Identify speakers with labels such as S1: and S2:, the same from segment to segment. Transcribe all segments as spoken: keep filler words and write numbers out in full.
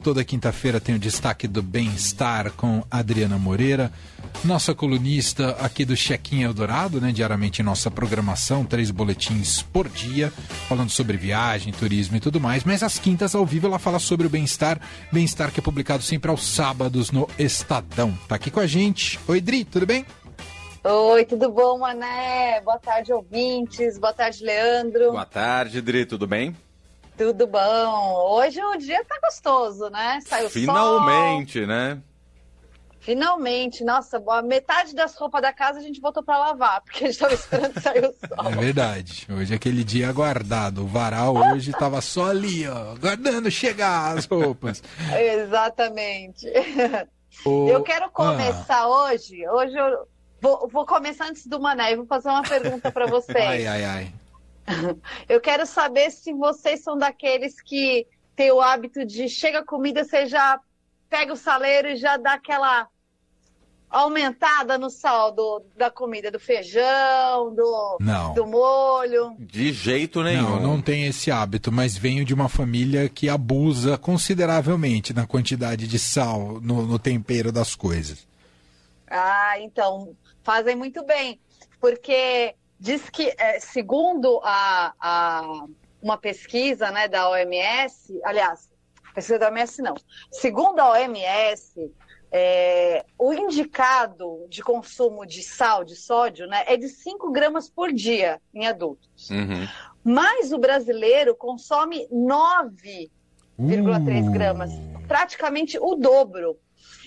S1: toda quinta-feira tem o destaque do Bem-Estar com Adriana Moreira, nossa colunista aqui do Check-in Eldorado, né, diariamente em nossa programação, três boletins por dia, falando sobre viagem, turismo e tudo mais, mas às quintas ao vivo ela fala sobre o Bem-Estar, Bem-Estar que é publicado sempre aos sábados no Estadão. Tá aqui com a gente. Oi, Dri, tudo bem?
S2: Oi, tudo bom, Mané? Boa tarde, ouvintes. Boa tarde, Leandro.
S3: Boa tarde, Dri, tudo bem?
S2: Tudo bom. Hoje o dia tá gostoso, né? Saiu
S3: Finalmente,
S2: sol.
S3: né?
S2: Finalmente. Nossa, boa. Metade das roupas da casa a gente botou pra lavar, porque a gente tava esperando sair o sol.
S1: É verdade. Hoje é aquele dia aguardado. O varal hoje tava só ali, ó, aguardando chegar as roupas.
S2: Exatamente.
S1: O...
S2: Eu quero começar ah. hoje. Hoje eu vou, vou começar antes do Mané e vou fazer uma pergunta pra vocês.
S1: Ai, ai, ai.
S2: Eu quero saber se vocês são daqueles que tem o hábito de chega a comida, você já pega o saleiro e já dá aquela aumentada no sal do, da comida, do feijão, do,
S1: não.
S2: do molho.
S3: De jeito nenhum.
S1: Não, não tem esse hábito, mas venho de uma família que abusa consideravelmente na quantidade de sal no, no tempero das coisas.
S2: Ah, então, fazem muito bem, porque diz que, é, segundo a, a, uma pesquisa, né, da O M S, aliás, pesquisa da O M S não, segundo a O M S, é, o indicado de consumo de sal, de sódio, né, é de cinco gramas por dia em adultos.
S3: Uhum.
S2: Mas o brasileiro consome nove vírgula três
S1: uh.
S2: gramas, praticamente o dobro.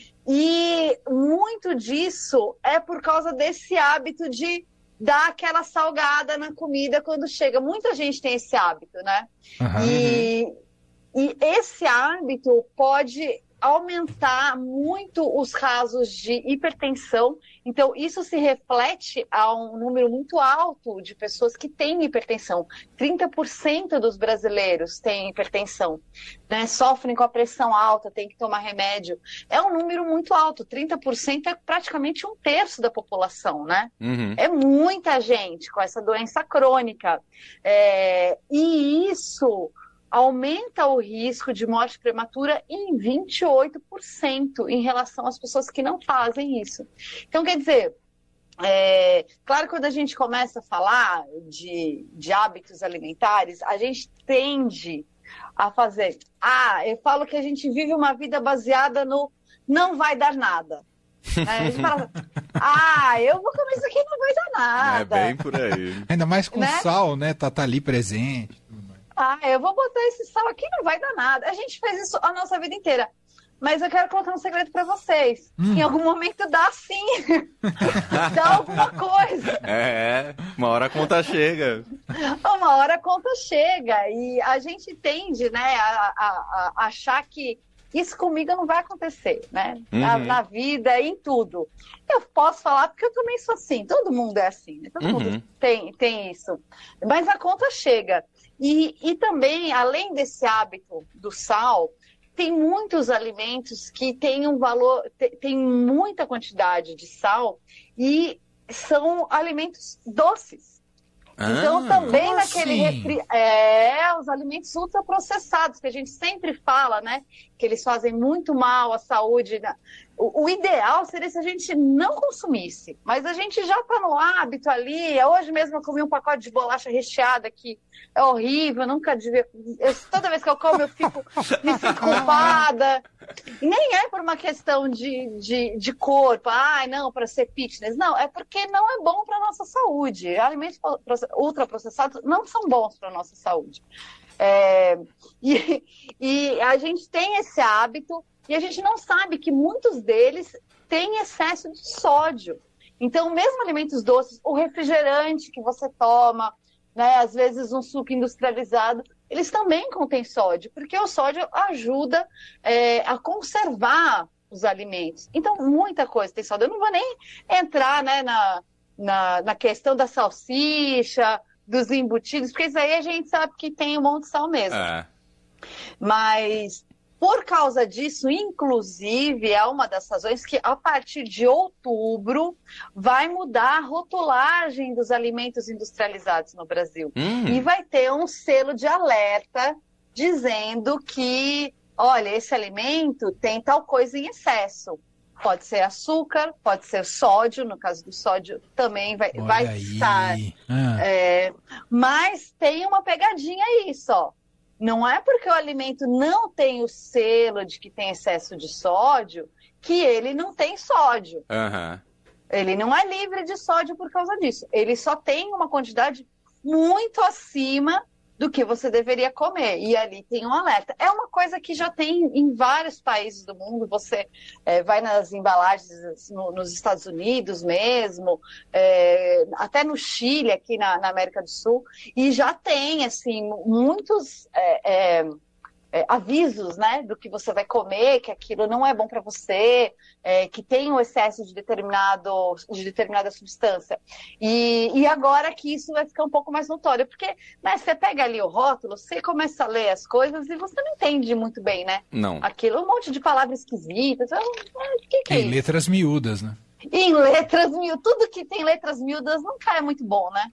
S2: E muito disso é por causa desse hábito de dar aquela salgada na comida quando chega. Muita gente tem esse hábito, né?
S1: Uhum.
S2: E, e esse hábito pode aumentar muito os casos de hipertensão. Então, isso se reflete a um número muito alto de pessoas que têm hipertensão. trinta por cento dos brasileiros têm hipertensão, né? Sofrem com a pressão alta, têm que tomar remédio. É um número muito alto. trinta por cento é praticamente um terço da população, né?
S3: Uhum.
S2: É muita gente com essa doença crônica. É... E isso aumenta o risco de morte prematura em vinte e oito por cento em relação às pessoas que não fazem isso. Então, quer dizer, é, claro que quando a gente começa a falar de, de hábitos alimentares, a gente tende a fazer... Ah, eu falo que a gente vive uma vida baseada no não vai dar nada. É, a gente fala, ah, eu vou comer isso aqui, não vai dar nada.
S3: É bem por aí.
S1: Ainda mais com
S2: né?
S1: sal, né? Tá, tá ali presente.
S2: Ah, eu vou botar esse sal aqui, não vai dar nada. A gente fez isso a nossa vida inteira. Mas eu quero colocar um segredo para vocês. Hum. Em algum momento dá sim. Dá alguma coisa.
S3: É, uma hora a conta chega.
S2: Uma hora a conta chega. E a gente tende, né, a, a, a achar que isso comigo não vai acontecer, né? Uhum. Na, na vida, em tudo. Eu posso falar porque eu também sou assim. Todo mundo é assim, né? Todo uhum. mundo tem, tem isso. Mas a conta chega. E, e também, além desse hábito do sal, tem muitos alimentos que têm um valor, tem muita quantidade de sal e são alimentos doces. Ah, então, também naquele
S1: assim?
S2: refri... É, os alimentos ultraprocessados, que a gente sempre fala, né? Que eles fazem muito mal à saúde. O, o ideal seria se a gente não consumisse, mas a gente já está no hábito ali. Hoje mesmo eu comi um pacote de bolacha recheada que é horrível, eu nunca devia... Eu, toda vez que eu como eu fico, me sinto culpada. E nem é por uma questão de, de, de corpo, ai, não, para ser fitness. Não, é porque não é bom para a nossa saúde. Alimentos ultraprocessados não são bons para a nossa saúde. É, e, e a gente tem esse hábito e a gente não sabe que muitos deles têm excesso de sódio. Então, mesmo alimentos doces, o refrigerante que você toma, né, às vezes um suco industrializado, eles também contêm sódio, porque o sódio ajuda é, a conservar os alimentos. Então, muita coisa tem sódio. Eu não vou nem entrar, né, na, na, na questão da salsicha, dos embutidos, porque isso aí a gente sabe que tem um monte de sal mesmo. É. Mas, por causa disso, inclusive, é uma das razões que, a partir de outubro, vai mudar a rotulagem dos alimentos industrializados no Brasil. Hum. E vai ter um selo de alerta dizendo que olha, esse alimento tem tal coisa em excesso. Pode ser açúcar, pode ser sódio, no caso do sódio também vai, vai estar. Ah. É, mas tem uma pegadinha aí só. Não é porque o alimento não tem o selo de que tem excesso de sódio que ele não tem sódio.
S3: Uhum.
S2: Ele não é livre de sódio por causa disso. Ele só tem uma quantidade muito acima do que você deveria comer. E ali tem um alerta. É uma coisa que já tem em vários países do mundo. Você é, vai nas embalagens no, nos Estados Unidos mesmo, é, até no Chile, aqui na, na América do Sul, e já tem, assim, muitos... É, é, É, avisos, né, do que você vai comer, que aquilo não é bom para você, é, que tem um excesso de, determinado, de determinada substância. E, e agora que isso vai ficar um pouco mais notório, porque né, você pega ali o rótulo, você começa a ler as coisas e você não entende muito bem, né?
S3: Não.
S2: Aquilo, um monte de palavras esquisitas. O que, que é
S1: em
S2: isso?
S1: letras miúdas, né?
S2: Em letras miúdas. Tudo que tem letras miúdas não cai muito bom, né?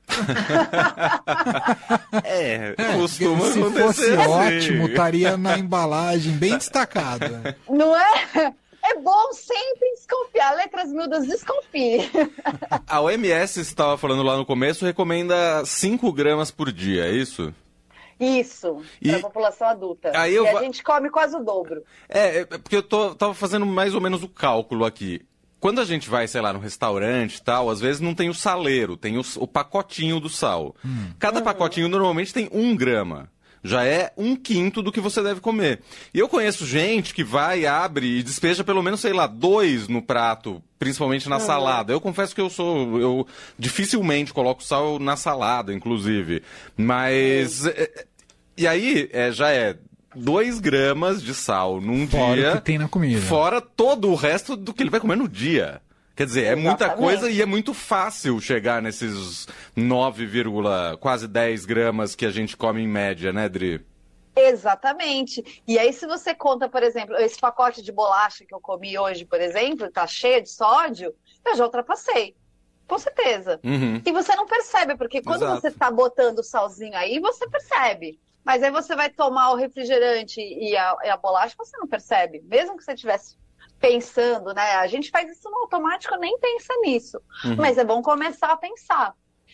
S3: é,
S1: É,
S3: costuma
S1: se
S3: acontecer
S1: fosse
S3: assim.
S1: ótimo, estaria na embalagem bem destacado. Né?
S2: Não é? É bom sempre desconfiar. Letras miúdas, desconfie.
S3: A O M S, você estava falando lá no começo, recomenda cinco gramas por dia, é isso?
S2: Isso,
S3: E-
S2: para a população adulta.
S3: Aí
S2: e
S3: eu
S2: a
S3: va-
S2: gente come quase o dobro.
S3: É, é porque eu tô, tava fazendo mais ou menos o cálculo aqui. Quando a gente vai, sei lá, no restaurante e tal, às vezes não tem o saleiro, tem o, o pacotinho do sal. Cada pacotinho normalmente tem um grama. Já é um quinto do que você deve comer. E eu conheço gente que vai, abre e despeja pelo menos, sei lá, dois no prato, principalmente na salada. Eu confesso que eu sou... Eu dificilmente coloco sal na salada, inclusive. Mas... é, e aí, é, já é... dois gramas de sal num
S1: Fora
S3: dia.
S1: o que tem na comida.
S3: Fora todo o resto do que ele vai comer no dia. Quer dizer, é muita
S2: Exatamente.
S3: coisa e é muito fácil chegar nesses nove, quase dez gramas que a gente come em média, né, Dri?
S2: Exatamente. E aí, se você conta, por exemplo, esse pacote de bolacha que eu comi hoje, por exemplo, tá cheio de sódio, eu já ultrapassei. Com certeza.
S3: Uhum.
S2: E você não percebe, porque quando
S3: Exato.
S2: você tá botando o salzinho aí, você percebe. Mas aí você vai tomar o refrigerante e a, e a bolacha, você não percebe. Mesmo que você estivesse pensando, né? A gente faz isso no automático, nem pensa nisso.
S3: Uhum.
S2: Mas é bom começar a pensar.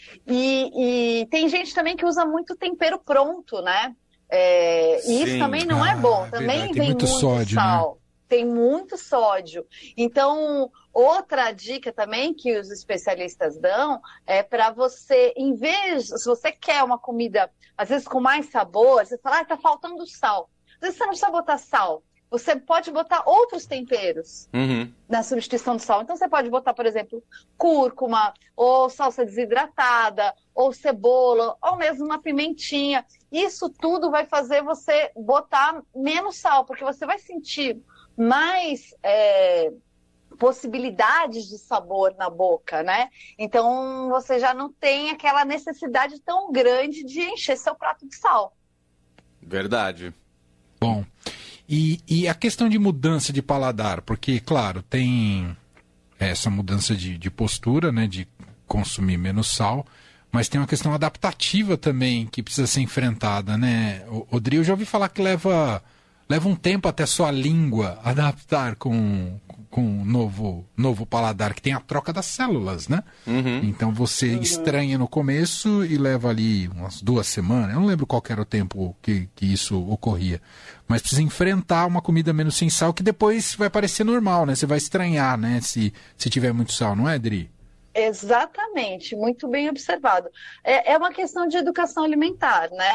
S2: E, e tem gente também que usa muito tempero pronto, né? É, e
S3: Sim.
S2: isso também não é
S1: Ah,
S2: bom.
S1: é
S2: Também
S1: verdade. Tem
S2: vem
S1: muito
S2: muito,
S1: sódio, né?
S2: sal. Tem muito sódio. Então, outra dica também que os especialistas dão é para você, em vez, se você quer uma comida, às vezes com mais sabor, você fala, ah, tá faltando sal. Às vezes você não precisa botar sal. Você pode botar outros temperos
S3: Uhum.
S2: na substituição do sal. Então, você pode botar, por exemplo, cúrcuma, ou salsa desidratada, ou cebola, ou mesmo uma pimentinha. Isso tudo vai fazer você botar menos sal, porque você vai sentir mais é, possibilidades de sabor na boca, né? Então, você já não tem aquela necessidade tão grande de encher seu prato de sal.
S3: Verdade.
S1: Bom, e, e a questão de mudança de paladar, porque, claro, tem essa mudança de, de postura, né, de consumir menos sal, mas tem uma questão adaptativa também que precisa ser enfrentada, né? O, o Dri, eu já ouvi falar que leva, leva um tempo até a sua língua adaptar com, com um novo, novo paladar, que tem a troca das células, né?
S3: Uhum.
S1: Então você estranha no começo e leva ali umas duas semanas. Eu não lembro qual que era o tempo que, que isso ocorria. Mas precisa enfrentar uma comida menos sem sal, que depois vai parecer normal, né? Você vai estranhar, né? Se, se tiver muito sal, não é, Dri?
S2: Exatamente, muito bem observado. É, é uma questão de educação alimentar, né?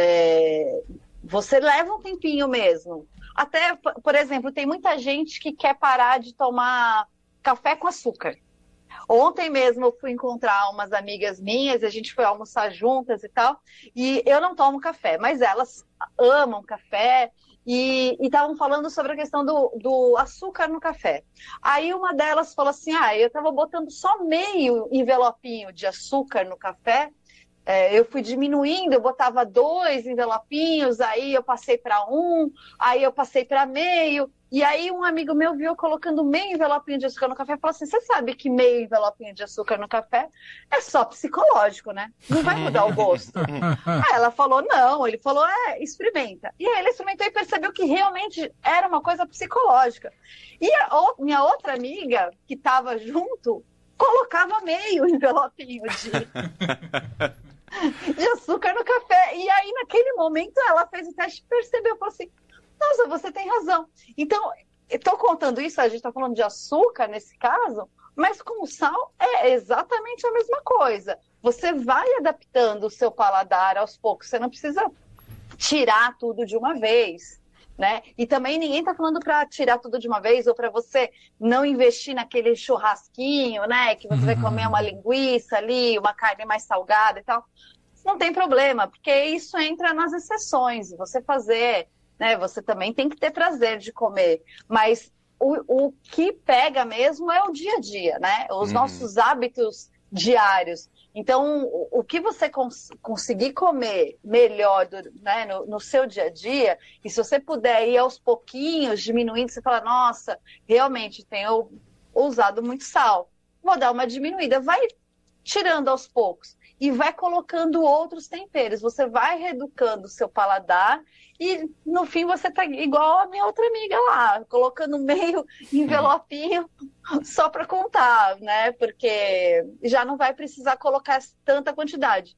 S2: É, você leva um tempinho mesmo. Até, por exemplo, tem muita gente que quer parar de tomar café com açúcar. Ontem mesmo eu fui encontrar umas amigas minhas, a gente foi almoçar juntas e tal, e eu não tomo café, mas elas amam café e estavam falando sobre a questão do, do açúcar no café. Aí uma delas falou assim, ah, eu estava botando só meio envelopinho de açúcar no café É, eu fui diminuindo, eu botava dois envelopinhos, aí eu passei para um, aí eu passei para meio, e aí um amigo meu viu colocando meio envelopinho de açúcar no café e falou assim, você sabe que meio envelopinho de açúcar no café é só psicológico, né? Não vai mudar o gosto. Aí ela falou, não, ele falou, é, experimenta. E aí ele experimentou e percebeu que realmente era uma coisa psicológica. E a minha outra amiga, que estava junto, colocava meio envelopinho de... de açúcar no café. E aí, naquele momento, ela fez o teste e percebeu, falou assim, nossa, você tem razão. Então, estou contando isso, a gente está falando de açúcar nesse caso, mas com o sal é exatamente a mesma coisa. Você vai adaptando o seu paladar aos poucos, você não precisa tirar tudo de uma vez, né? E também ninguém está falando para tirar tudo de uma vez ou para você não investir naquele churrasquinho, né? Que você uhum. vai comer uma linguiça ali, uma carne mais salgada e tal. Não tem problema, porque isso entra nas exceções. Você fazer, né? Você também tem que ter prazer de comer. Mas o, o que pega mesmo é o dia a dia, né? Os uhum. nossos hábitos diários. Então, o, o que você cons- conseguir comer melhor do, né, no, no seu dia a dia, e se você puder ir aos pouquinhos, diminuindo, você fala, nossa, realmente tenho usado muito sal, vou dar uma diminuída, vai tirando aos poucos e vai colocando outros temperos, você vai reeducando o seu paladar e no fim você tá igual a minha outra amiga lá, colocando meio envelopinho só para contar, né? Porque já não vai precisar colocar tanta quantidade.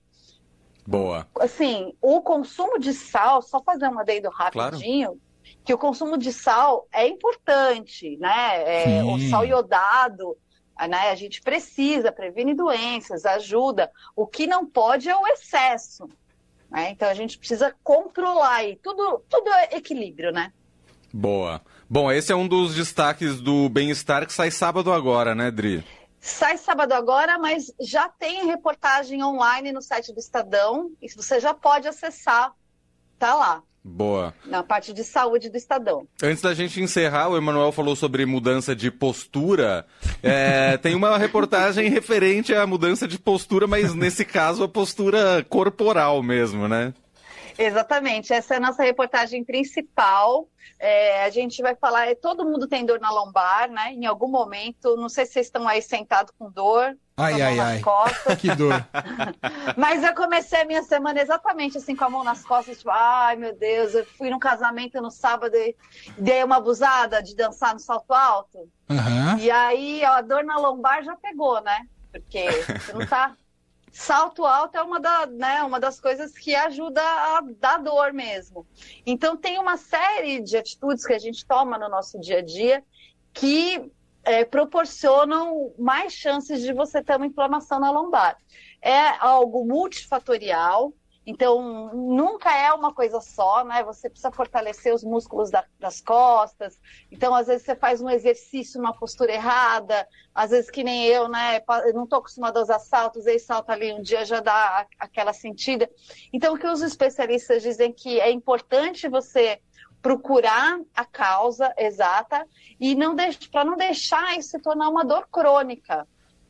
S3: Boa.
S2: Assim, o consumo de sal, só fazer um adendo rapidinho, claro. Que o consumo de sal é importante, né? É, o sal iodado, né? A gente precisa, previne doenças, ajuda. O que não pode é o excesso. Né? Então a gente precisa controlar aí. Tudo, tudo é equilíbrio, né?
S3: Boa. Bom, esse é um dos destaques do Bem-Estar que sai sábado agora, né, Dri?
S2: Sai sábado agora, mas já tem reportagem online no site do Estadão. E você já pode acessar, tá lá.
S3: Boa.
S2: Na parte de saúde do Estadão.
S3: Antes da gente encerrar, o Emanuel falou sobre mudança de postura. É, tem uma reportagem referente à mudança de postura, mas nesse caso a postura corporal mesmo, né?
S2: Exatamente, essa é a nossa reportagem principal. É, a gente vai falar, todo mundo tem dor na lombar, né? Em algum momento, não sei se vocês estão aí sentados com dor.
S1: Ai, ai, ai. Costas. Que dor.
S2: Mas eu comecei a minha semana exatamente assim, com a mão nas costas, tipo, ai meu Deus, eu fui num casamento no sábado e dei uma abusada de dançar no salto alto.
S1: Uhum.
S2: E aí ó, a dor na lombar já pegou, né? Porque você não tá... Salto alto é uma, da, né, uma das coisas que ajuda a dar dor mesmo. Então tem uma série de atitudes que a gente toma no nosso dia a dia que é, proporcionam mais chances de você ter uma inflamação na lombar. É algo multifatorial, então nunca é uma coisa só, né? Você precisa fortalecer os músculos da, das costas, então às vezes você faz um exercício numa postura errada, às vezes que nem eu, né? Eu não estou acostumada a usar salto, usei salto ali um dia, já dá aquela sentida. Então o que os especialistas dizem que é importante você procurar a causa exata e não para não deixar isso se tornar uma dor crônica.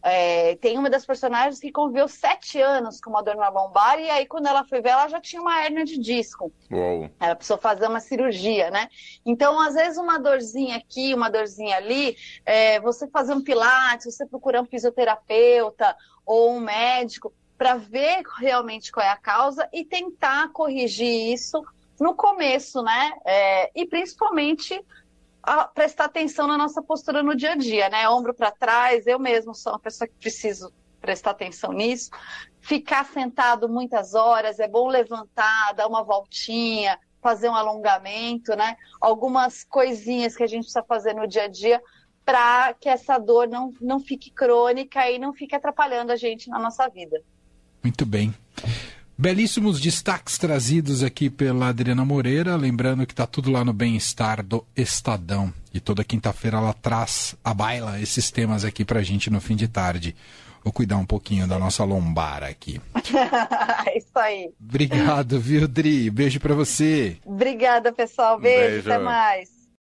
S2: É, tem uma das personagens que conviveu sete anos com uma dor na lombar e aí quando ela foi ver, ela já tinha uma hérnia de disco.
S3: Uou.
S2: Ela precisou fazer uma cirurgia, né? Então, às vezes, uma dorzinha aqui, uma dorzinha ali, é, você fazer um pilates, você procurar um fisioterapeuta ou um médico para ver realmente qual é a causa e tentar corrigir isso no começo, né? É, e principalmente... a prestar atenção na nossa postura no dia a dia, né? Ombro para trás, eu mesmo sou uma pessoa que preciso prestar atenção nisso. Ficar sentado muitas horas, é bom levantar, dar uma voltinha, fazer um alongamento, né? Algumas coisinhas que a gente precisa fazer no dia a dia para que essa dor não, não fique crônica e não fique atrapalhando a gente na nossa vida.
S1: Muito bem. Belíssimos destaques trazidos aqui pela Adriana Moreira, lembrando que está tudo lá no Bem-Estar do Estadão. E toda quinta-feira ela traz a baila esses temas aqui pra gente no fim de tarde. Vou cuidar um pouquinho da nossa lombar aqui.
S2: Isso aí.
S1: Obrigado, viu, Dri? Beijo pra você.
S2: Obrigada, pessoal. Beijo,
S3: Beijo.
S2: Até mais.